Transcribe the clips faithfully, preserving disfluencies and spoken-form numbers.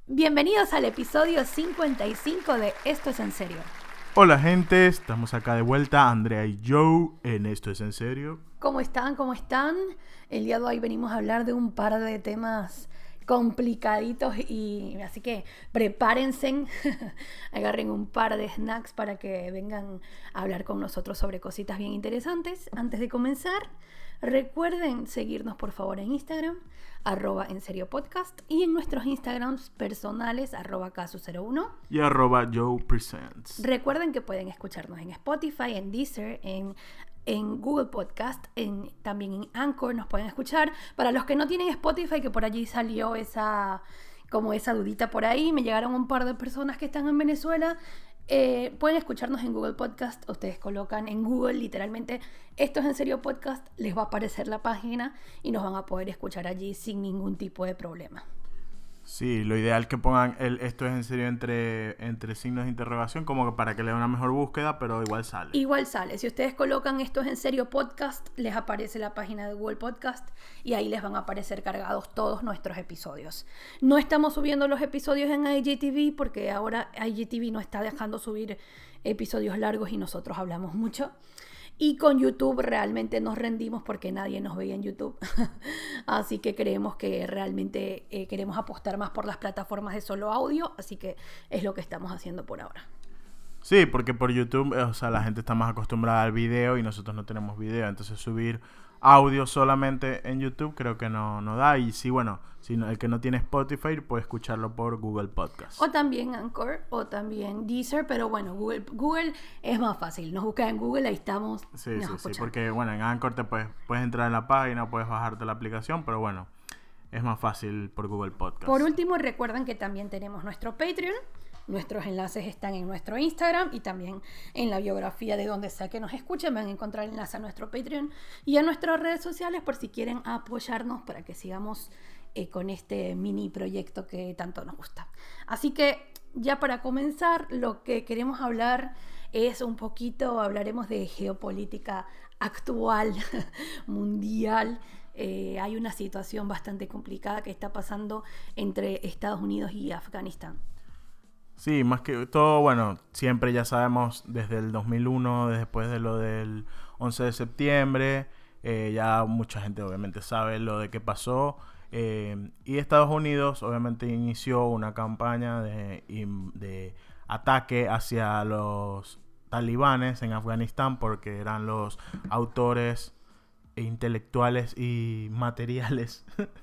Bienvenidos al episodio cincuenta y cinco de Esto es en serio. Hola gente, estamos acá de vuelta, Andrea y Joe, en Esto es en serio. ¿Cómo están? ¿Cómo están? El día de hoy venimos a hablar de un par de temas complicaditos y así que prepárense, agarren un par de snacks para que vengan a hablar con nosotros sobre cositas bien interesantes. Antes de comenzar, recuerden seguirnos por favor en Instagram, arroba en serio podcast, y en nuestros Instagrams personales, arroba casu cero uno y arroba Joe Presents. Recuerden que pueden escucharnos en Spotify, en Deezer, en, en Google Podcast, en, también en Anchor nos pueden escuchar. Para los que no tienen Spotify, que por allí salió esa, como esa dudita por ahí, me llegaron un par de personas que están en Venezuela. Eh, pueden escucharnos en Google Podcast. Ustedes colocan en Google literalmente Esto es en serio podcast, les va a aparecer la página y nos van a poder escuchar allí sin ningún tipo de problema. Sí, lo ideal que pongan el Esto es en serio entre, entre signos de interrogación, como que para que le dé una mejor búsqueda, pero igual sale. Igual sale. Si ustedes colocan Esto es en serio podcast, les aparece la página de Google Podcast y ahí les van a aparecer cargados todos nuestros episodios. No estamos subiendo los episodios en I G T V porque ahora I G T V no está dejando subir episodios largos y nosotros hablamos mucho. Y con YouTube realmente nos rendimos porque nadie nos veía en YouTube. Así que creemos que realmente eh, queremos apostar más por las plataformas de solo audio. Así que es lo que estamos haciendo por ahora. Sí, porque por YouTube, o sea, la gente está más acostumbrada al video y nosotros no tenemos video. Entonces subir audio solamente en YouTube creo que no, no da. Y sí, bueno, si no, el que no tiene Spotify puede escucharlo por Google Podcast. O también Anchor, o también Deezer, pero bueno, Google, Google es más fácil. Nos busca en Google, ahí estamos. Sí, sí, sí, porque bueno, en Anchor te puedes, puedes entrar en la página, puedes bajarte la aplicación, pero bueno, es más fácil por Google Podcast. Por último, recuerden que también tenemos nuestro Patreon. Nuestros enlaces están en nuestro Instagram y también en la biografía de donde sea que nos escuchen. Van a encontrar el enlace a nuestro Patreon y a nuestras redes sociales por si quieren apoyarnos para que sigamos eh, con este mini proyecto que tanto nos gusta. Así que ya para comenzar, lo que queremos hablar es un poquito, hablaremos de geopolítica actual, mundial. Eh, hay una situación bastante complicada que está pasando entre Estados Unidos y Afganistán. Sí, más que todo, bueno, siempre ya sabemos desde el dos mil uno, después de lo del once de septiembre, eh, ya mucha gente obviamente sabe lo de qué pasó. Eh, y Estados Unidos obviamente inició una campaña de, de ataque hacia los talibanes en Afganistán porque eran los autores intelectuales y materiales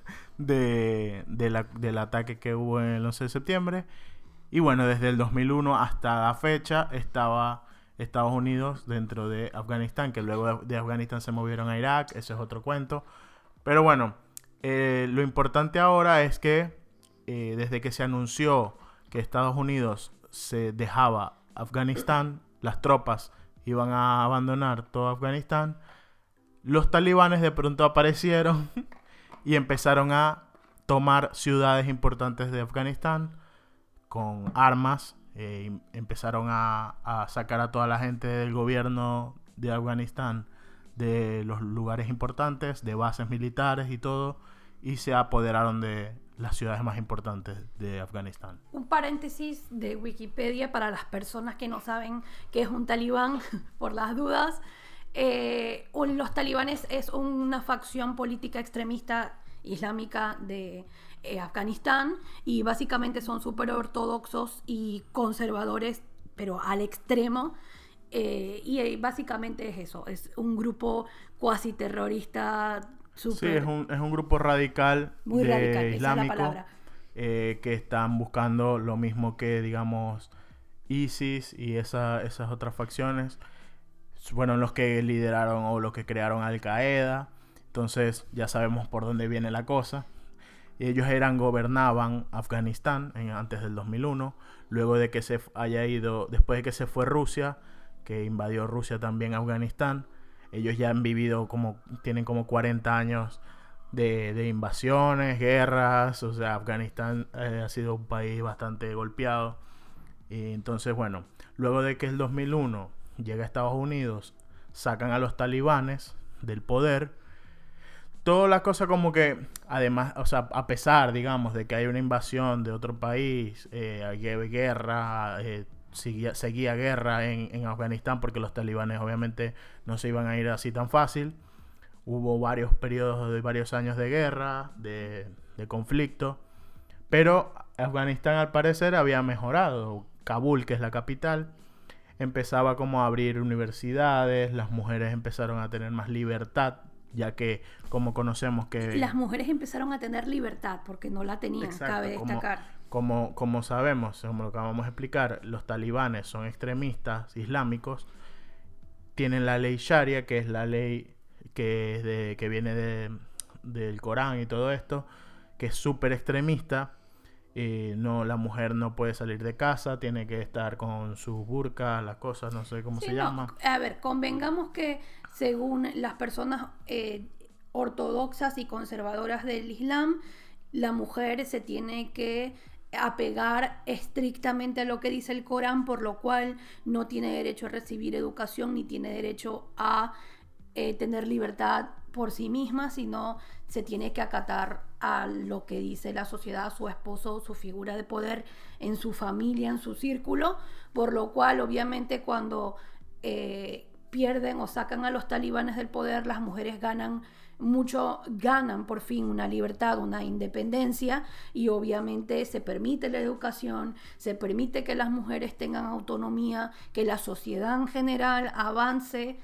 de, de la, del ataque que hubo en el once de septiembre. Y bueno, desde el dos mil uno hasta la fecha estaba Estados Unidos dentro de Afganistán, que luego de Afganistán se movieron a Irak, ese es otro cuento. Pero bueno, eh, lo importante ahora es que eh, desde que se anunció que Estados Unidos se dejaba Afganistán, las tropas iban a abandonar todo Afganistán, los talibanes de pronto aparecieron y empezaron a tomar ciudades importantes de Afganistán con armas. Eh, empezaron a, a sacar a toda la gente del gobierno de Afganistán de los lugares importantes, de bases militares y todo, y se apoderaron de las ciudades más importantes de Afganistán. Un paréntesis de Wikipedia para las personas que no saben qué es un talibán, por las dudas. Eh, los talibanes es una facción política extremista islámica de eh, Afganistán y básicamente son súper ortodoxos y conservadores, pero al extremo. Eh, y eh, básicamente es eso, es un grupo cuasi terrorista. Super, sí, es un, es un grupo radical, muy de radical, islámico, esa es la palabra. Eh, que están buscando lo mismo que, digamos, ISIS y esa, esas otras facciones. Fueron los que lideraron o los que crearon Al Qaeda. Entonces ya sabemos por dónde viene la cosa. Y ellos eran, gobernaban Afganistán en, antes del dos mil uno. Luego de que se haya ido, después de que se fue Rusia, que invadió Rusia también Afganistán, ellos ya han vivido como, tienen como cuarenta años de, de invasiones, guerras. O sea, Afganistán eh, ha sido un país bastante golpeado. Y entonces, bueno, luego de que el dos mil uno llega a Estados Unidos, sacan a los talibanes del poder. toda la cosa como que, además, o sea, a pesar, digamos, de que hay una invasión de otro país, eh, hay guerra, eh, seguía, seguía guerra en, en Afganistán, porque los talibanes obviamente no se iban a ir así tan fácil. Hubo varios periodos de varios años de guerra, de, de conflicto, pero Afganistán al parecer había mejorado. Kabul, que es la capital, empezaba como a abrir universidades, las mujeres empezaron a tener más libertad, ya que como conocemos que... Las mujeres empezaron a tener libertad porque no la tenían, Exacto, cabe destacar. Como, como, como sabemos, como lo acabamos de explicar, los talibanes son extremistas islámicos, tienen la ley Sharia, que es la ley que, es de, que viene de, del Corán y todo esto, que es súper extremista. Eh, no, la mujer no puede salir de casa, tiene que estar con sus burkas, las cosas, no sé cómo sí, se no, llama. A ver, convengamos que según las personas eh, ortodoxas y conservadoras del Islam, la mujer se tiene que apegar estrictamente a lo que dice el Corán, por lo cual no tiene derecho a recibir educación ni tiene derecho a eh, tener libertad por sí misma, sino se tiene que acatar a lo que dice la sociedad, su esposo, su figura de poder en su familia, en su círculo, por lo cual obviamente cuando eh, pierden o sacan a los talibanes del poder, las mujeres ganan mucho, ganan por fin una libertad, una independencia, y obviamente se permite la educación, se permite que las mujeres tengan autonomía, que la sociedad en general avance.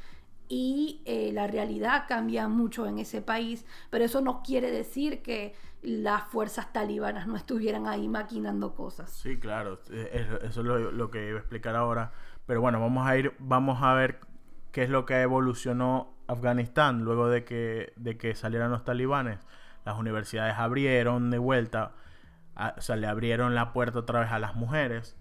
Y eh, la realidad cambia mucho en ese país, pero eso no quiere decir que las fuerzas talibanas no estuvieran ahí maquinando cosas. Sí, claro, eso es lo, lo que iba a explicar ahora. Pero bueno, vamos a ir, vamos a ver qué es lo que evolucionó Afganistán luego de que, de que salieran los talibanes. Las universidades abrieron de vuelta, a, o sea, le abrieron la puerta otra vez a las mujeres,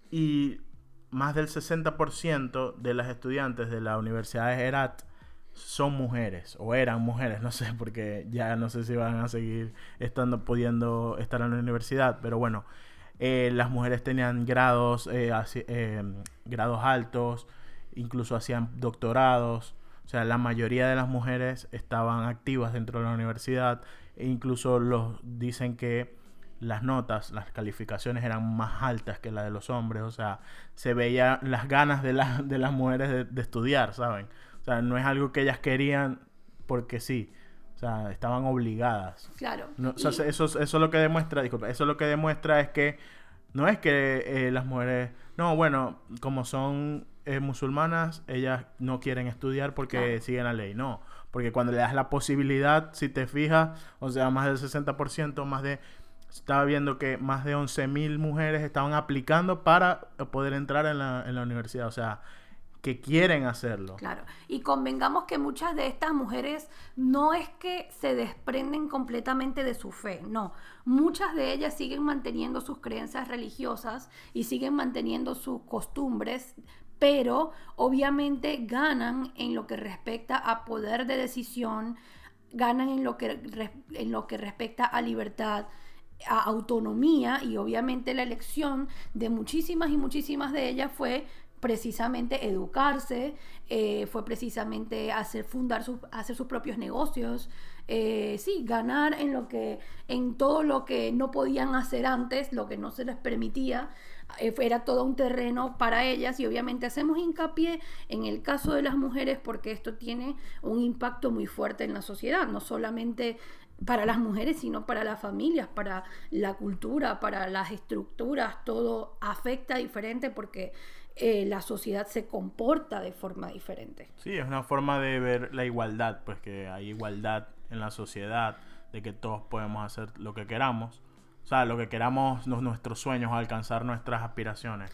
y más del sesenta por ciento de las estudiantes de la Universidad de Herat son mujeres, o eran mujeres, no sé, porque ya no sé si van a seguir estando, pudiendo estar en la universidad, pero bueno, eh, las mujeres tenían grados, eh, así, eh, grados altos, incluso hacían doctorados, o sea, la mayoría de las mujeres estaban activas dentro de la universidad, e incluso los dicen que las notas, las calificaciones eran más altas que las de los hombres, o sea, se veía las ganas de, la, de las mujeres de, de estudiar, ¿saben? O sea, no es algo que ellas querían porque sí, o sea, estaban obligadas. Claro. No, o sea, y... eso, eso lo que demuestra, disculpa, eso lo que demuestra es que no es que eh, las mujeres, no, bueno, como son eh, musulmanas, ellas no quieren estudiar porque claro, siguen la ley, no, porque cuando le das la posibilidad, si te fijas, o sea, más del sesenta por ciento, más de... Estaba viendo que más de once mil mujeres estaban aplicando para poder entrar en la, en la universidad. O sea, que quieren hacerlo. Claro. Y convengamos que muchas de estas mujeres no es que se desprenden completamente de su fe. No. Muchas de ellas siguen manteniendo sus creencias religiosas y siguen manteniendo sus costumbres, pero obviamente ganan en lo que respecta a poder de decisión, ganan en lo que, en lo que respecta a libertad, a autonomía, y obviamente la elección de muchísimas y muchísimas de ellas fue precisamente educarse, eh, fue precisamente hacer fundar sus, hacer sus propios negocios, eh, sí, ganar en lo que, en todo lo que no podían hacer antes, lo que no se les permitía, eh, era todo un terreno para ellas. Y obviamente hacemos hincapié en el caso de las mujeres porque esto tiene un impacto muy fuerte en la sociedad, no solamente para las mujeres, sino para las familias, para la cultura, para las estructuras. Todo afecta diferente porque eh, la sociedad se comporta de forma diferente. Sí, es una forma de ver la igualdad, pues que hay igualdad en la sociedad, de que todos podemos hacer lo que queramos, o sea, lo que queramos, no, nuestros sueños, alcanzar nuestras aspiraciones,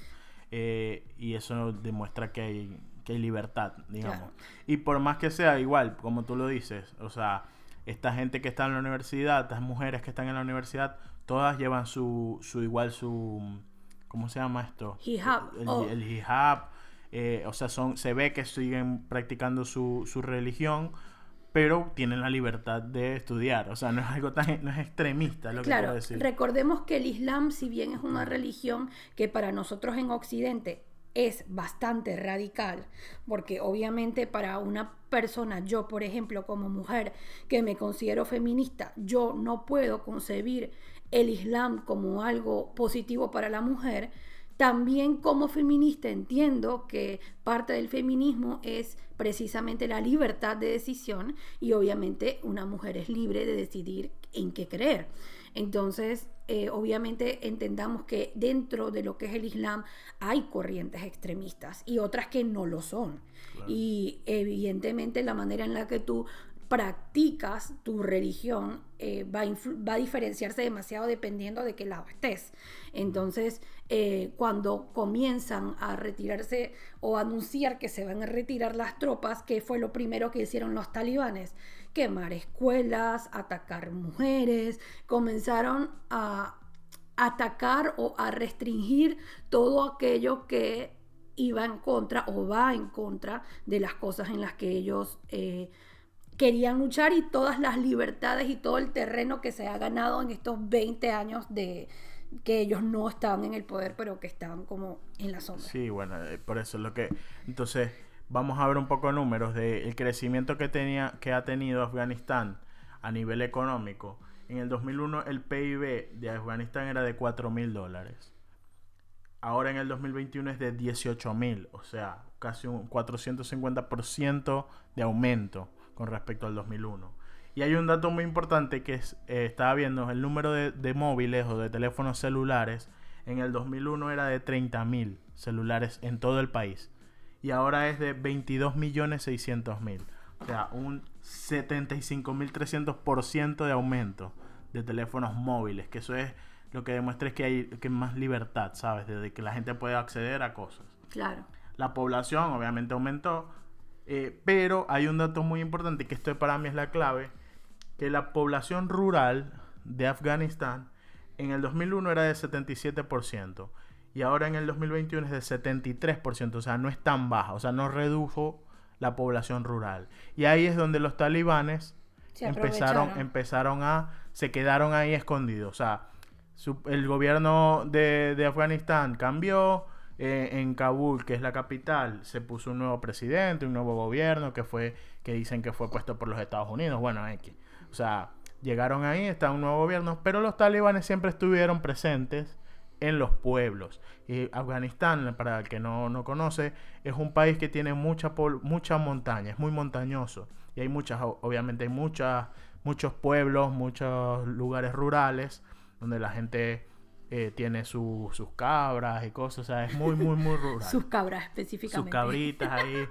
eh, y eso demuestra que hay, que hay libertad, digamos. Claro. Y por más que sea igual, como tú lo dices, o sea, esta gente que está en la universidad, estas mujeres que están en la universidad, todas llevan su, su igual su, ¿cómo se llama esto? Hijab. El, oh. el hijab, eh, o sea, son, se ve que siguen practicando su, su religión, pero tienen la libertad de estudiar, o sea, no es algo tan, no es extremista, es lo claro, que quiero decir. Recordemos que el Islam, si bien es una religión que para nosotros en Occidente es bastante radical, porque obviamente para una persona, yo por ejemplo como mujer que me considero feminista, yo no puedo concebir el Islam como algo positivo para la mujer. También como feminista entiendo que parte del feminismo es precisamente la libertad de decisión y obviamente una mujer es libre de decidir en qué creer. Entonces, eh, obviamente entendamos que dentro de lo que es el Islam hay corrientes extremistas y otras que no lo son. Claro. Y evidentemente la manera en la que tú practicas tu religión eh, va, a influ- va a diferenciarse demasiado dependiendo de qué lado estés. Entonces, eh, cuando comienzan a retirarse o anunciar que se van a retirar las tropas, ¿qué fue lo primero que hicieron los talibanes? Quemar escuelas, atacar mujeres, comenzaron a atacar o a restringir todo aquello que iba en contra o va en contra de las cosas en las que ellos eh, querían luchar y todas las libertades y todo el terreno que se ha ganado en estos veinte años de que ellos no estaban en el poder, pero que estaban como en la sombra. Sí, bueno, por eso es lo que... Entonces, vamos a ver un poco de números del crecimiento que, tenía, que ha tenido Afganistán a nivel económico. En el dos mil uno el P I B de Afganistán era de cuatro mil dólares. Ahora en el dos mil veintiuno es de dieciocho mil, o sea, casi un cuatrocientos cincuenta por ciento de aumento con respecto al dos mil uno. Y hay un dato muy importante que es, eh, estaba viendo, el número de, de móviles o de teléfonos celulares en el dos mil uno era de treinta mil celulares en todo el país. Y ahora es de veintidós millones seiscientos mil. O sea, un setenta y cinco mil trescientos por ciento de aumento de teléfonos móviles. Que eso es lo que demuestra es que hay que más libertad, ¿sabes? De que la gente puede acceder a cosas. Claro. La población obviamente aumentó. Eh, pero hay un dato muy importante, que esto para mí es la clave, que la población rural de Afganistán en el dos mil uno era de setenta y siete por ciento y ahora en el dos mil veintiuno es de setenta y tres por ciento, o sea, no es tan baja, o sea, no redujo la población rural. Y ahí es donde los talibanes se empezaron, empezaron a, se quedaron ahí escondidos, o sea, su, el gobierno de, de Afganistán cambió. Eh, en Kabul, que es la capital, se puso un nuevo presidente, un nuevo gobierno que fue, que dicen que fue puesto por los Estados Unidos. Bueno, X. O sea, llegaron ahí, está un nuevo gobierno, pero los talibanes siempre estuvieron presentes en los pueblos. Y Afganistán, para el que no, no conoce, es un país que tiene mucha, mucha montaña, es muy montañoso. Y hay muchas, obviamente hay muchas, muchos pueblos, muchos lugares rurales donde la gente Eh, tiene su, sus cabras y cosas, o sea, es muy, muy, muy rural. Sus cabras específicamente. Sus cabritas ahí.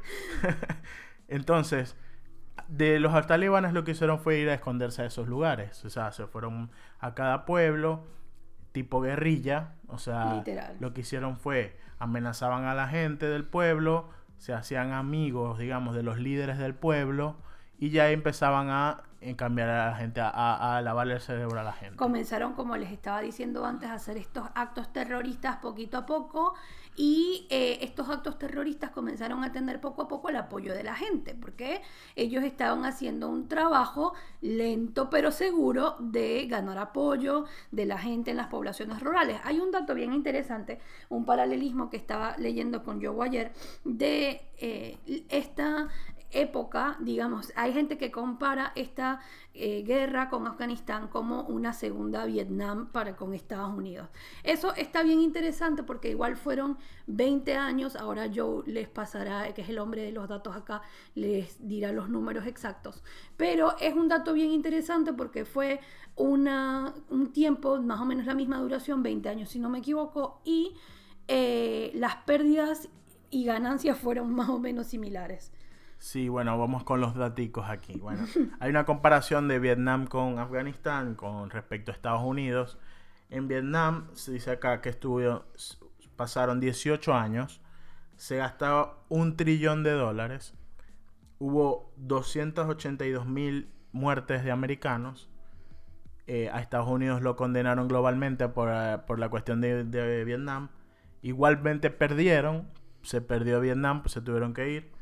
Entonces, de los talibanes lo que hicieron fue ir a esconderse a esos lugares, o sea, se fueron a cada pueblo, tipo guerrilla, o sea, literal. Lo que hicieron fue, amenazaban a la gente del pueblo, se hacían amigos, digamos, de los líderes del pueblo, y ya empezaban a cambiar a la gente, a, a, a lavarle el cerebro a la gente. Comenzaron, como les estaba diciendo antes, a hacer estos actos terroristas poquito a poco y eh, estos actos terroristas comenzaron a tener poco a poco el apoyo de la gente, porque ellos estaban haciendo un trabajo lento pero seguro de ganar apoyo de la gente en las poblaciones rurales. Hay un dato bien interesante, un paralelismo que estaba leyendo con Joe ayer de eh, esta época, digamos, hay gente que compara esta eh, guerra con Afganistán como una segunda Vietnam para con Estados Unidos. Eso está bien interesante porque igual fueron veinte años, ahora Joe les pasará, que es el hombre de los datos acá, les dirá los números exactos, pero es un dato bien interesante porque fue una, un tiempo, más o menos la misma duración, veinte años si no me equivoco, y eh, las pérdidas y ganancias fueron más o menos similares. Sí, bueno, vamos con los daticos aquí. Bueno, hay una comparación de Vietnam con Afganistán con respecto a Estados Unidos. En Vietnam, se dice acá que estuvo, pasaron dieciocho años, se gastaba un trillón de dólares, hubo doscientos ochenta y dos mil muertes de americanos. Eh, a Estados Unidos lo condenaron globalmente por, uh, por la cuestión de, de Vietnam. Igualmente perdieron, se perdió Vietnam, pues se tuvieron que ir.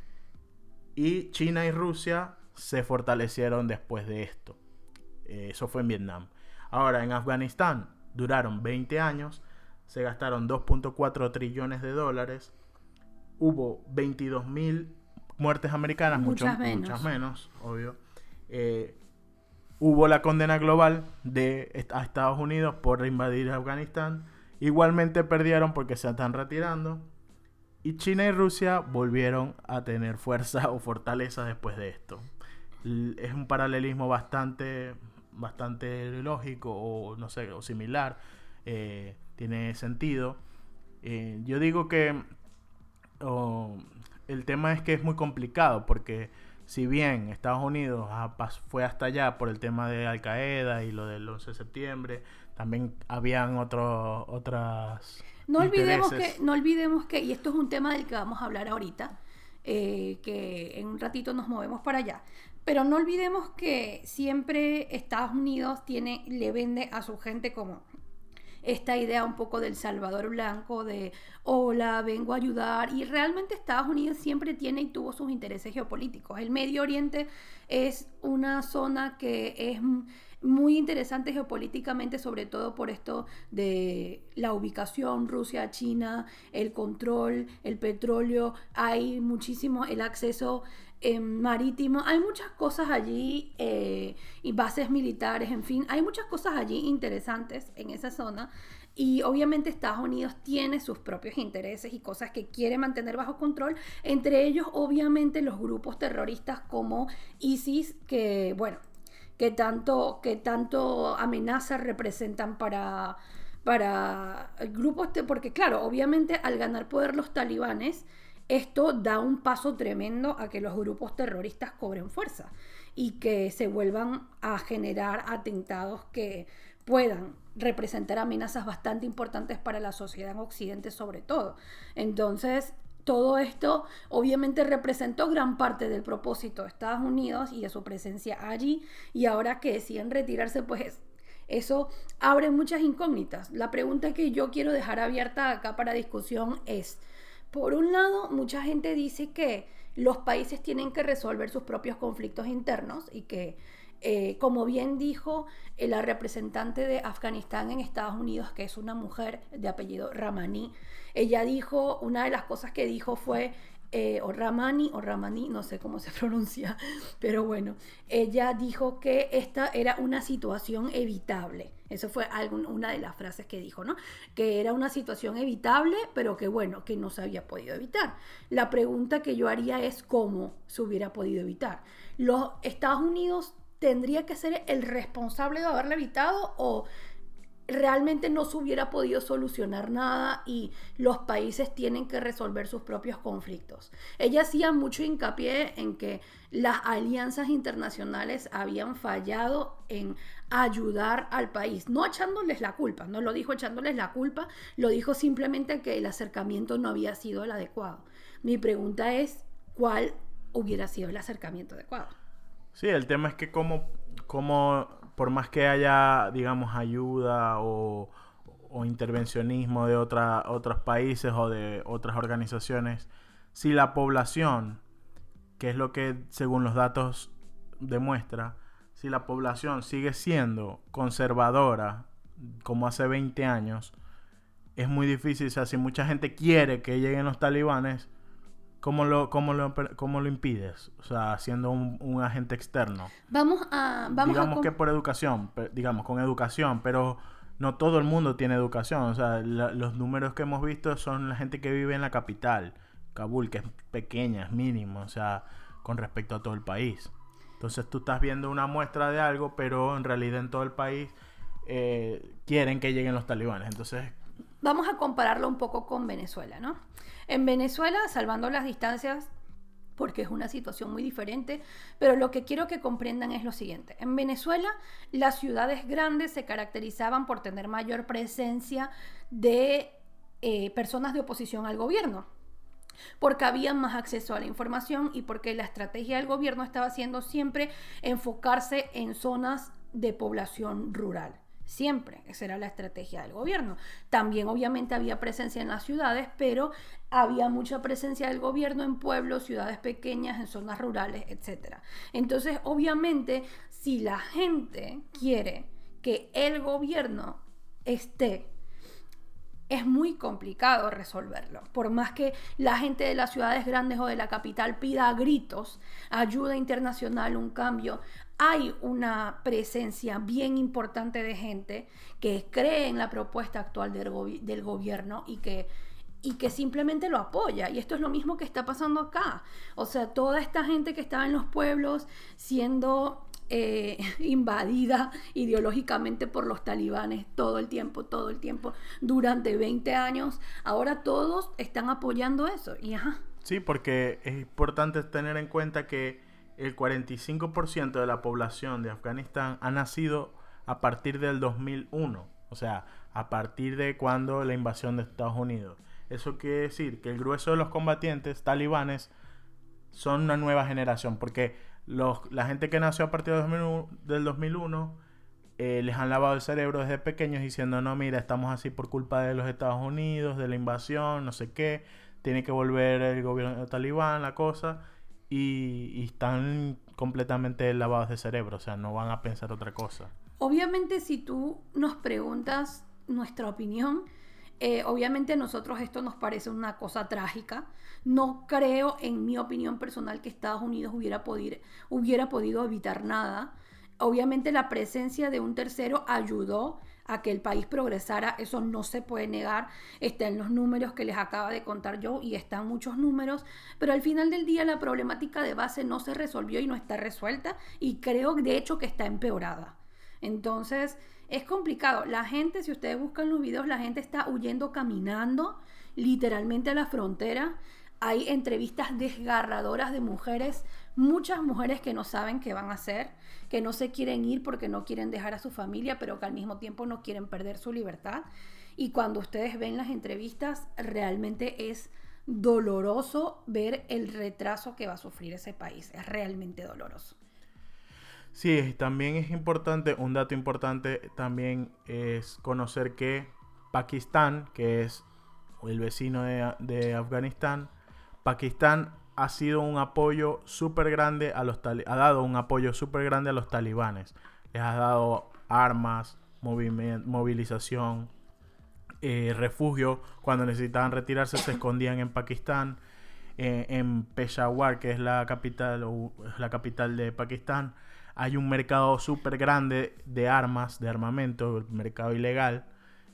Y China y Rusia se fortalecieron después de esto. Eh, eso fue en Vietnam. Ahora, en Afganistán duraron veinte años, se gastaron dos punto cuatro trillones de dólares hubo veintidós mil muertes americanas, muchas, mucho, menos. muchas menos, obvio. Eh, hubo la condena global de a Estados Unidos por invadir Afganistán. Igualmente perdieron porque se están retirando. Y China y Rusia volvieron a tener fuerza o fortaleza después de esto. L- es un paralelismo bastante, bastante lógico o no sé, o similar. Eh, tiene sentido. Eh, yo digo que oh, el tema es que es muy complicado porque si bien Estados Unidos ah, pas- fue hasta allá por el tema de Al Qaeda y lo del once de septiembre, también habían otros otras No olvidemos intereses. que, no olvidemos que, y esto es un tema del que vamos a hablar ahorita, eh, que en un ratito nos movemos para allá, pero no olvidemos que siempre Estados Unidos tiene, le vende a su gente como esta idea un poco del Salvador Blanco, de hola, vengo a ayudar, y realmente Estados Unidos siempre tiene y tuvo sus intereses geopolíticos. El Medio Oriente es una zona que es muy interesante geopolíticamente, sobre todo por esto de la ubicación, Rusia, China, el control, el petróleo, hay muchísimo el acceso eh, marítimo, hay muchas cosas allí, eh, y bases militares, en fin, hay muchas cosas allí interesantes en esa zona. Y obviamente Estados Unidos tiene sus propios intereses y cosas que quiere mantener bajo control, entre ellos obviamente los grupos terroristas como ISIS, que bueno, que tanto, que tanto amenaza representan para, para grupos, porque claro, obviamente al ganar poder los talibanes, esto da un paso tremendo a que los grupos terroristas cobren fuerza y que se vuelvan a generar atentados que puedan representar amenazas bastante importantes para la sociedad en Occidente sobre todo. Entonces, todo esto obviamente representó gran parte del propósito de Estados Unidos y de su presencia allí, y ahora que deciden retirarse, pues eso abre muchas incógnitas. La pregunta que yo quiero dejar abierta acá para discusión es, por un lado, mucha gente dice que los países tienen que resolver sus propios conflictos internos y que Eh, como bien dijo eh, la representante de Afganistán en Estados Unidos, que es una mujer de apellido Ramani, ella dijo, una de las cosas que dijo fue, eh, o Ramani o Ramani, no sé cómo se pronuncia, pero bueno, ella dijo que esta era una situación evitable. Eso fue algún, una de las frases que dijo, ¿no? Que era una situación evitable, pero que bueno, que no se había podido evitar. La pregunta que yo haría es cómo se hubiera podido evitar. Los Estados Unidos tendría que ser el responsable de haberla evitado, o realmente no se hubiera podido solucionar nada y los países tienen que resolver sus propios conflictos. Ella hacía mucho hincapié en que las alianzas internacionales habían fallado en ayudar al país, no echándoles la culpa, no lo dijo echándoles la culpa, lo dijo simplemente que el acercamiento no había sido el adecuado. Mi pregunta es, ¿cuál hubiera sido el acercamiento adecuado? Sí, el tema es que como, como por más que haya, digamos, ayuda o, o intervencionismo de otra, otros países o de otras organizaciones, si la población, que es lo que según los datos demuestra, si la población sigue siendo conservadora como hace veinte años, es muy difícil. O sea, si mucha gente quiere que lleguen los talibanes, ¿Cómo lo, cómo, lo, ¿Cómo lo impides? O sea, siendo un, un agente externo. Vamos a... Vamos digamos a que por educación, digamos, con educación, pero no todo el mundo tiene educación. O sea, la, los números que hemos visto son la gente que vive en la capital, Kabul, que es pequeña, es mínimo, o sea, con respecto a todo el país. Entonces tú estás viendo una muestra de algo, pero en realidad en todo el país eh, quieren que lleguen los talibanes. Entonces... Vamos a compararlo un poco con Venezuela, ¿no? En Venezuela, salvando las distancias, porque es una situación muy diferente, pero lo que quiero que comprendan es lo siguiente. En Venezuela, las ciudades grandes se caracterizaban por tener mayor presencia de eh, personas de oposición al gobierno, porque había más acceso a la información y porque la estrategia del gobierno estaba siendo siempre enfocarse en zonas de población rural. Siempre, esa era la estrategia del gobierno. También obviamente había presencia en las ciudades, pero había mucha presencia del gobierno en pueblos, ciudades pequeñas, en zonas rurales, etcétera. Entonces, obviamente, si la gente quiere que el gobierno esté es muy complicado resolverlo. Por más que la gente de las ciudades grandes o de la capital pida a gritos ayuda internacional, un cambio, hay una presencia bien importante de gente que cree en la propuesta actual del, gobi- del gobierno y que, y que simplemente lo apoya. Y esto es lo mismo que está pasando acá. O sea, toda esta gente que estaba en los pueblos siendo... Eh, invadida ideológicamente por los talibanes todo el tiempo, todo el tiempo, durante veinte años, ahora todos están apoyando eso. Y ajá. Sí, porque es importante tener en cuenta que el cuarenta y cinco por ciento de la población de Afganistán ha nacido a partir del dos mil uno, o sea, a partir de cuando la invasión de Estados Unidos. Eso quiere decir que el grueso de los combatientes talibanes son una nueva generación, porque Los, la gente que nació a partir del dos mil uno, del dos mil uno eh, les han lavado el cerebro desde pequeños diciendo, no, mira, estamos así por culpa de los Estados Unidos, de la invasión, no sé qué, tiene que volver el gobierno talibán, la cosa, y, y están completamente lavados de cerebro, o sea, no van a pensar otra cosa. Obviamente, si tú nos preguntas nuestra opinión, Eh, obviamente a nosotros esto nos parece una cosa trágica. No creo, en mi opinión personal, que Estados Unidos hubiera podido, hubiera podido evitar nada. Obviamente la presencia de un tercero ayudó a que el país progresara, eso no se puede negar, está en los números que les acaba de contar yo y están muchos números, pero al final del día la problemática de base no se resolvió y no está resuelta y creo de hecho que está empeorada. Entonces... es complicado. La gente, si ustedes buscan los videos, la gente está huyendo caminando literalmente a la frontera. Hay entrevistas desgarradoras de mujeres, muchas mujeres que no saben qué van a hacer, que no se quieren ir porque no quieren dejar a su familia, pero que al mismo tiempo no quieren perder su libertad. Y cuando ustedes ven las entrevistas, realmente es doloroso ver el retraso que va a sufrir ese país. Es realmente doloroso. Sí, también es importante, un dato importante también es conocer que Pakistán, que es el vecino de, de Afganistán, Pakistán ha sido un apoyo súper grande a los tali- ha dado un apoyo súper grande a los talibanes. Les ha dado armas, movimi- movilización, eh, refugio. Cuando necesitaban retirarse se escondían en Pakistán. Eh, en Peshawar, que es la capital, o la capital de Pakistán, hay un mercado súper grande de armas, de armamento, el mercado ilegal,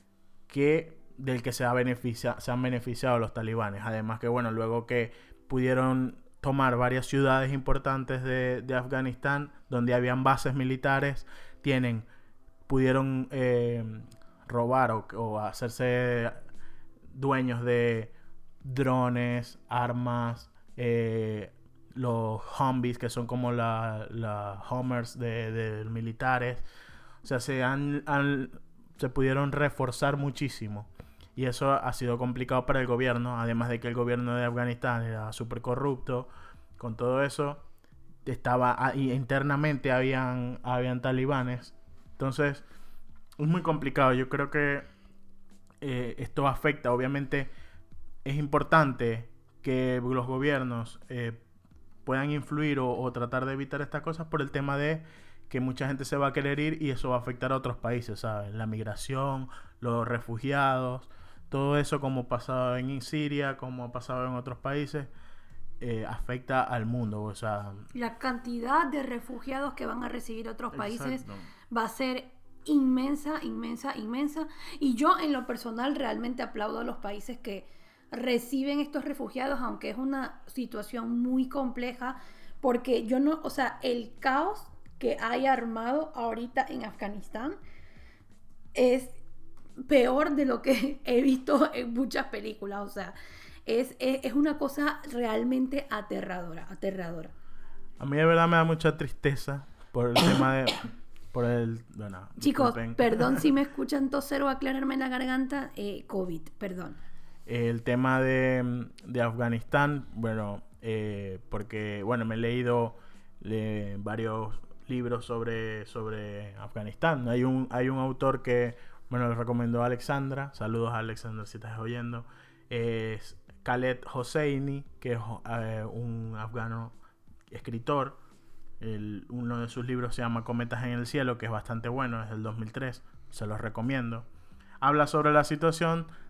que, del que se, ha beneficia, se han beneficiado los talibanes. Además que, bueno, luego que pudieron tomar varias ciudades importantes de, de Afganistán, donde habían bases militares, tienen, pudieron eh, robar o, o hacerse dueños de drones, armas, eh, los Humvees, que son como la, la Hummers de, de militares. O sea, se han, han se pudieron reforzar muchísimo y eso ha sido complicado para el gobierno, además de que el gobierno de Afganistán era súper corrupto. Con todo eso estaba internamente habían, habían talibanes, entonces es muy complicado. Yo creo que eh, esto afecta, obviamente es importante que los gobiernos eh, puedan influir o, o tratar de evitar estas cosas por el tema de que mucha gente se va a querer ir y eso va a afectar a otros países, ¿sabes? La migración, los refugiados, todo eso como pasado en Siria, como ha pasado en otros países, eh, afecta al mundo, o sea... La cantidad de refugiados que van a recibir otros países Exacto. va a ser inmensa, inmensa, inmensa. Y yo en lo personal realmente aplaudo a los países que reciben estos refugiados, aunque es una situación muy compleja, porque yo no, o sea, el caos que hay armado ahorita en Afganistán es peor de lo que he visto en muchas películas, o sea, es, es, es una cosa realmente aterradora, aterradora. A mí de verdad me da mucha tristeza por el tema de... por el... Bueno, chicos, disculpen. Perdón si me escuchan toser o aclararme la garganta, eh, COVID, perdón. El tema de, de Afganistán, bueno, eh, porque, bueno, me he leído le, varios libros sobre, sobre Afganistán. Hay un, hay un autor que, bueno, le recomendó a Alexandra. Saludos a Alexandra si estás oyendo. Es Khaled Hosseini, que es eh, un afgano escritor. El, uno de sus libros se llama Cometas en el cielo, que es bastante bueno, es del dos mil tres. Se los recomiendo. Habla sobre la situación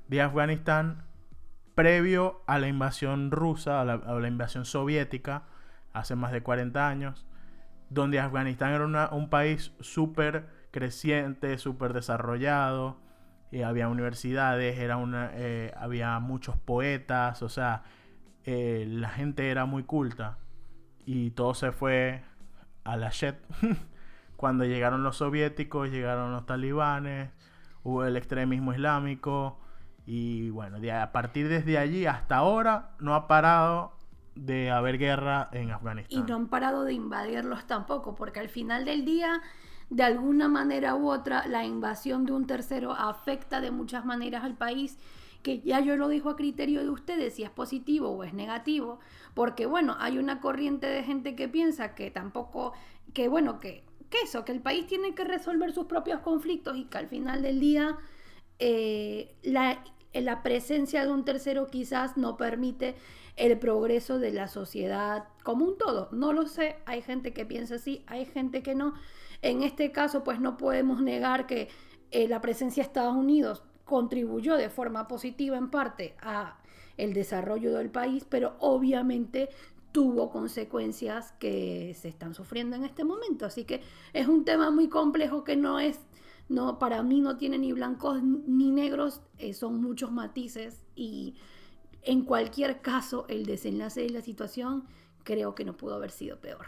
de Afganistán previo a la invasión rusa, a la, a la invasión soviética, hace más de cuarenta años, donde Afganistán era una, un país súper creciente, súper desarrollado, y había universidades, era una, eh, había muchos poetas, o sea, eh, la gente era muy culta, y todo se fue a la shit cuando llegaron los soviéticos, llegaron los talibanes, hubo el extremismo islámico, y bueno, de, a partir desde allí hasta ahora no ha parado de haber guerra en Afganistán. Y no han parado de invadirlos tampoco, porque al final del día, de alguna manera u otra, la invasión de un tercero afecta de muchas maneras al país, que ya yo lo dejo a criterio de ustedes si es positivo o es negativo, porque bueno, hay una corriente de gente que piensa que tampoco, que bueno, que, que eso, que el país tiene que resolver sus propios conflictos y que al final del día eh, la, la presencia de un tercero quizás no permite el progreso de la sociedad como un todo. No lo sé, hay gente que piensa así, hay gente que no. En este caso, pues no podemos negar que eh, la presencia de Estados Unidos contribuyó de forma positiva en parte a el desarrollo del país, pero obviamente tuvo consecuencias que se están sufriendo en este momento. Así que es un tema muy complejo que no es, no, para mí no tiene ni blancos ni negros, eh, son muchos matices y en cualquier caso el desenlace de la situación creo que no pudo haber sido peor.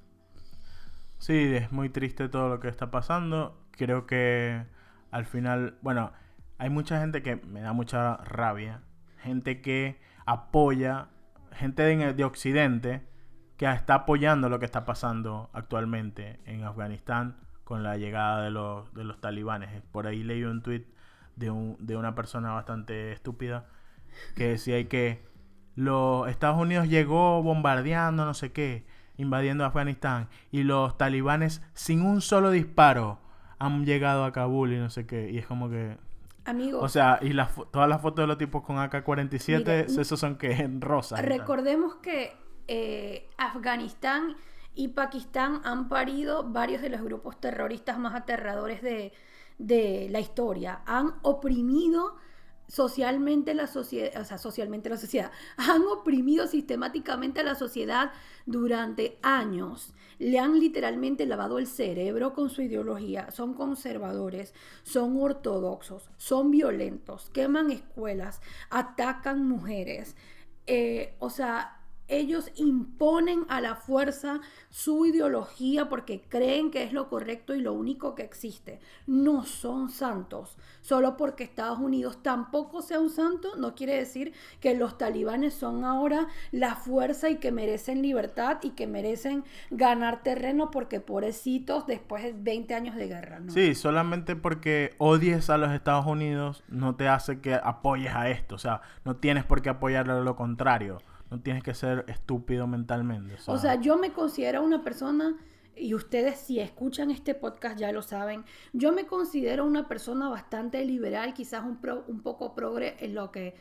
Sí, es muy triste todo lo que está pasando. Creo que al final, bueno, hay mucha gente que me da mucha rabia, gente que apoya, gente de, de Occidente que está apoyando lo que está pasando actualmente en Afganistán con la llegada de los, de los talibanes. Por ahí leí un tweet de, un, de una persona bastante estúpida que decía que los Estados Unidos llegó bombardeando no sé qué, invadiendo Afganistán, y los talibanes sin un solo disparo han llegado a Kabul y no sé qué, y es como que... Amigo, o sea, y las, todas las fotos de los tipos con A K cuarenta y siete, mire, esos son que en rosa. Recordemos que eh, Afganistán y Pakistán han parido varios de los grupos terroristas más aterradores de, de la historia. Han oprimido socialmente la sociedad, o sea, socialmente la sociedad, han oprimido sistemáticamente a la sociedad durante años. Le han literalmente lavado el cerebro con su ideología. Son conservadores, son ortodoxos, son violentos, queman escuelas, atacan mujeres. Eh, o sea, ellos imponen a la fuerza su ideología porque creen que es lo correcto y lo único que existe. No son santos. Solo porque Estados Unidos tampoco sea un santo, no quiere decir que los talibanes son ahora la fuerza y que merecen libertad y que merecen ganar terreno porque pobrecitos después de veinte años de guerra, ¿no? Sí, solamente porque odies a los Estados Unidos no te hace que apoyes a esto. O sea, no tienes por qué apoyar a lo contrario. No tienes que ser estúpido mentalmente. O sea, o sea, yo me considero una persona, y ustedes si escuchan este podcast ya lo saben, yo me considero una persona bastante liberal, quizás un, pro, un poco progre en lo que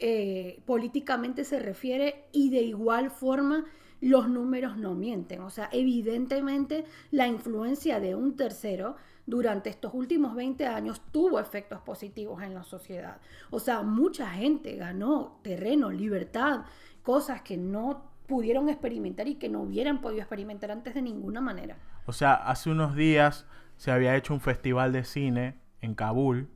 eh, políticamente se refiere, y de igual forma los números no mienten. O sea, evidentemente la influencia de un tercero durante estos últimos veinte años tuvo efectos positivos en la sociedad. O sea, mucha gente ganó terreno, libertad, cosas que no pudieron experimentar y que no hubieran podido experimentar antes de ninguna manera. O sea, hace unos días se había hecho un festival de cine en Kabul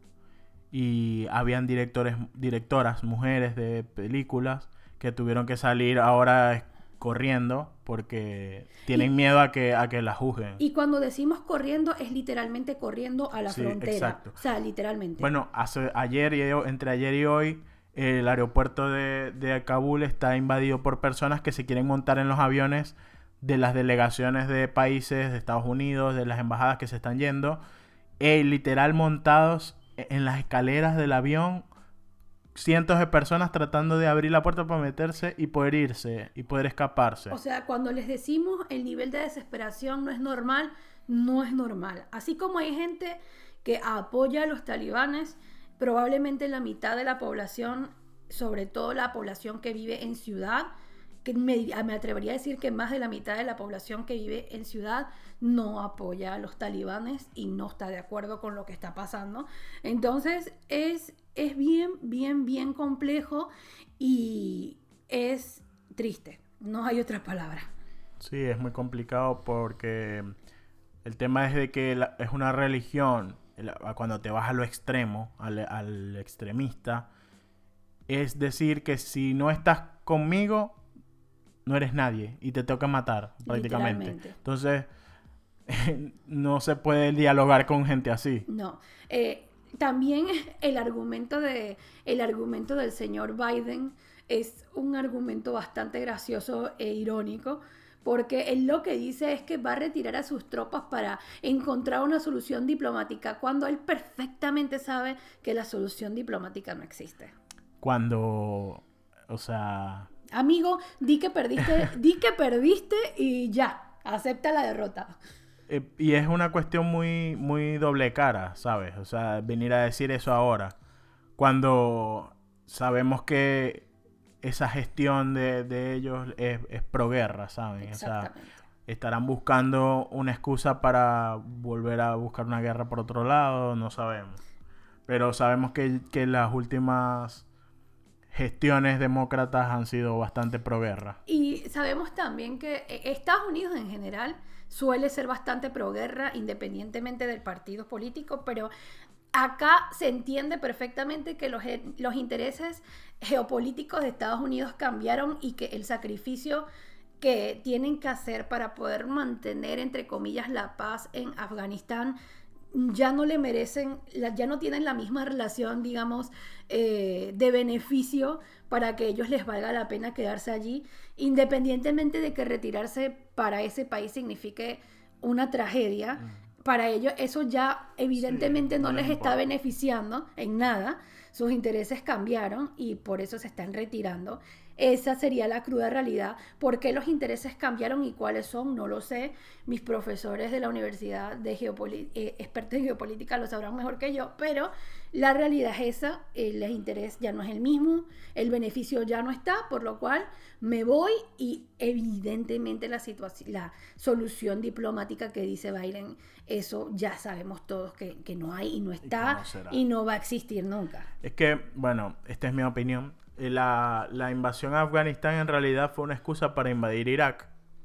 y habían directores, directoras, mujeres de películas que tuvieron que salir ahora corriendo porque tienen y, miedo a que, a que la juzguen. Y cuando decimos corriendo es literalmente corriendo a la sí, frontera. Exacto. O sea, literalmente. Bueno, hace, ayer y entre ayer y hoy el aeropuerto de, de Kabul está invadido por personas que se quieren montar en los aviones de las delegaciones de países de Estados Unidos, de las embajadas que se están yendo, e literal montados en las escaleras del avión, cientos de personas tratando de abrir la puerta para meterse y poder irse y poder escaparse. O sea, cuando les decimos el nivel de desesperación no es normal, no es normal. Así como hay gente que apoya a los talibanes, probablemente la mitad de la población, sobre todo la población que vive en ciudad, que me, me atrevería a decir que más de la mitad de la población que vive en ciudad no apoya a los talibanes y no está de acuerdo con lo que está pasando. Entonces es es bien, bien, bien complejo y es triste. No hay otra palabra. Sí, es muy complicado porque el tema es de que la, es una religión, cuando te vas a lo extremo, al, al extremista, es decir que si no estás conmigo, no eres nadie y te toca matar prácticamente. Entonces, no se puede dialogar con gente así. No. Eh, también el argumento, de, el argumento del señor Biden es un argumento bastante gracioso e irónico, porque él lo que dice es que va a retirar a sus tropas para encontrar una solución diplomática, cuando él perfectamente sabe que la solución diplomática no existe. Cuando, o sea... Amigo, di que perdiste, di que perdiste y ya, acepta la derrota. Eh, y es una cuestión muy, muy doble cara, ¿sabes? O sea, venir a decir eso ahora, cuando sabemos que esa gestión de, de ellos es, es proguerra, ¿saben? O sea, estarán buscando una excusa para volver a buscar una guerra por otro lado, no sabemos. Pero sabemos que, que las últimas gestiones demócratas han sido bastante proguerra. Y sabemos también que Estados Unidos en general suele ser bastante proguerra, independientemente del partido político, pero acá se entiende perfectamente que los, los intereses geopolíticos de Estados Unidos cambiaron y que el sacrificio que tienen que hacer para poder mantener, entre comillas, la paz en Afganistán ya no le merecen, ya no tienen la misma relación, digamos, eh, de beneficio para que ellos les valga la pena quedarse allí, independientemente de que retirarse para ese país signifique una tragedia. Mm. Para ellos eso ya evidentemente sí, no, no les está beneficiando en nada. Sus intereses cambiaron y por eso se están retirando. Esa sería la cruda realidad. ¿Por qué los intereses cambiaron y cuáles son? No lo sé. Mis profesores de la Universidad de Geopoli- eh, expertos en geopolítica lo sabrán mejor que yo, pero la realidad es esa. El interés ya no es el mismo, el beneficio ya no está, por lo cual me voy y evidentemente la situación, la solución diplomática que dice Biden, eso ya sabemos todos que, que no hay y no está y, no y no va a existir nunca. Es que, bueno, esta es mi opinión. La, la invasión a Afganistán en realidad fue una excusa para invadir Irak,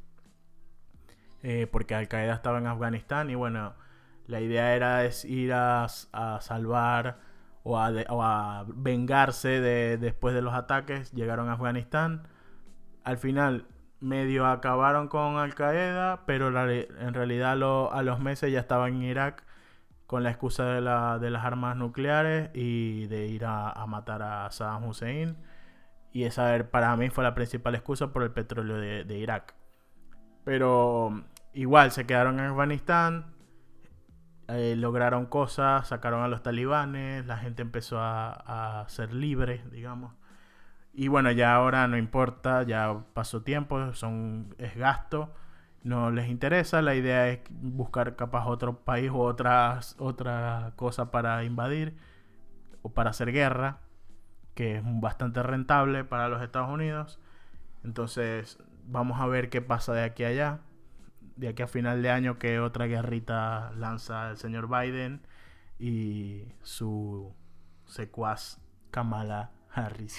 eh, porque Al Qaeda estaba en Afganistán y bueno, la idea era es ir a, a salvar o a, de, o a vengarse de, después de los ataques. Llegaron a Afganistán, al final medio acabaron con Al Qaeda, pero la, en realidad lo, a los meses ya estaban en Irak con la excusa de, la, de las armas nucleares y de ir a, a matar a Saddam Hussein. Y esa para mí fue la principal excusa por el petróleo de, de Irak. Pero igual se quedaron en Afganistán, eh, lograron cosas, sacaron a los talibanes, la gente empezó a, a ser libre, digamos. Y bueno, ya ahora no importa, ya pasó tiempo, son, es gasto. No les interesa, la idea es buscar capaz otro país o otras, otra cosa para invadir o para hacer guerra, que es bastante rentable para los Estados Unidos. Entonces vamos a ver qué pasa de aquí a allá, de aquí a final de año, que otra guerrita lanza el señor Biden y su secuaz Kamala Harris.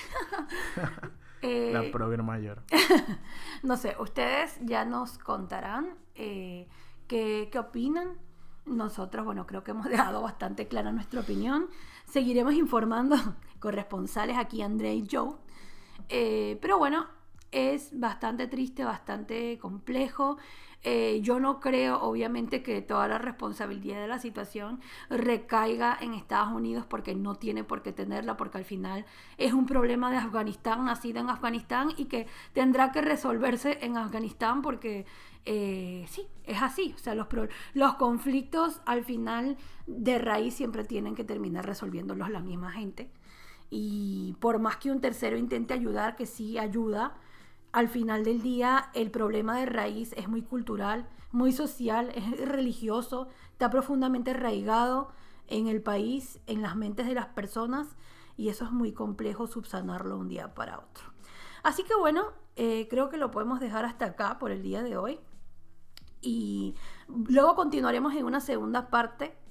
Eh, la progre mayor. No sé, ustedes ya nos contarán eh, qué, qué opinan. Nosotros, bueno, creo que hemos dejado bastante clara nuestra opinión. Seguiremos informando corresponsales aquí, André y Joe. Eh, pero bueno, es bastante triste, bastante complejo. Eh, yo no creo, obviamente, que toda la responsabilidad de la situación recaiga en Estados Unidos, porque no tiene por qué tenerla, porque al final es un problema de Afganistán, nacido en Afganistán y que tendrá que resolverse en Afganistán, porque eh, sí, es así. O sea, los, pro- los conflictos al final de raíz siempre tienen que terminar resolviéndolos la misma gente. Y por más que un tercero intente ayudar, que sí ayuda, al final del día el problema de raíz es muy cultural, muy social, es religioso, está profundamente arraigado en el país, en las mentes de las personas, y eso es muy complejo subsanarlo un día para otro. Así que bueno, eh, creo que lo podemos dejar hasta acá por el día de hoy, y luego continuaremos en una segunda parte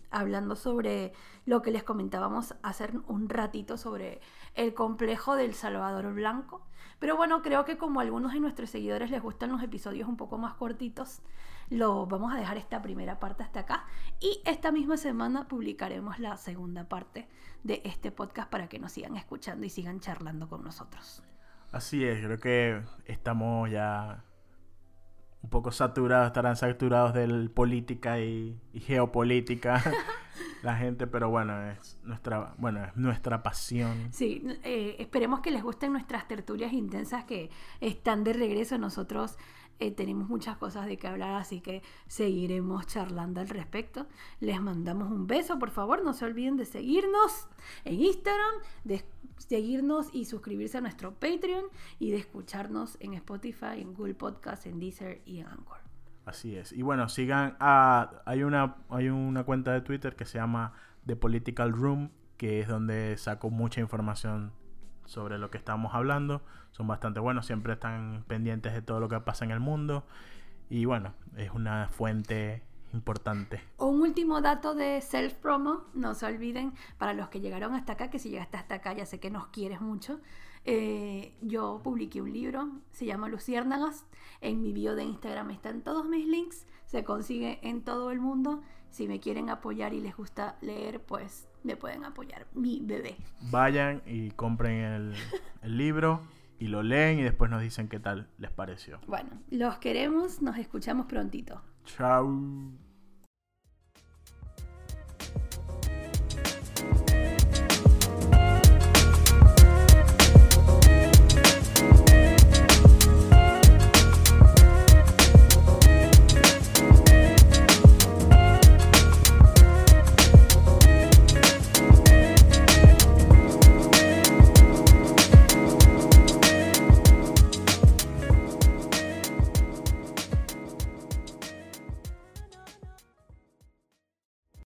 hablando sobre lo que les comentábamos hace un ratito sobre el complejo del Salvador Blanco. Pero bueno, creo que como a algunos de nuestros seguidores les gustan los episodios un poco más cortitos, lo vamos a dejar esta primera parte hasta acá. Y esta misma semana publicaremos la segunda parte de este podcast para que nos sigan escuchando y sigan charlando con nosotros. Así es, creo que estamos ya un poco saturados, estarán saturados de política y, y geopolítica la gente, pero bueno, es nuestra, bueno, es nuestra pasión. Sí, eh, esperemos que les gusten nuestras tertulias intensas que están de regreso. Nosotros eh, tenemos muchas cosas de qué hablar, así que seguiremos charlando al respecto. Les mandamos un beso, por favor, no se olviden de seguirnos en Instagram, de seguirnos y suscribirse a nuestro Patreon y de escucharnos en Spotify, en Google Podcast, en Deezer y en Anchor. Así es. Y bueno, sigan a... Hay una, hay una cuenta de Twitter que se llama The Political Room, que es donde saco mucha información sobre lo que estamos hablando. Son bastante buenos, siempre están pendientes de todo lo que pasa en el mundo. Y bueno, es una fuente importante. Un último dato de self-promo, no se olviden, para los que llegaron hasta acá, que si llegaste hasta acá ya sé que nos quieres mucho. Eh, yo publiqué un libro, se llama Luciérnagas. En mi bio de Instagram están todos mis links, se consigue en todo el mundo. Si me quieren apoyar y les gusta leer, pues me pueden apoyar, mi bebé. Vayan y compren el, el libro y lo leen y después nos dicen qué tal les pareció. Bueno, los queremos, nos escuchamos prontito. Chao.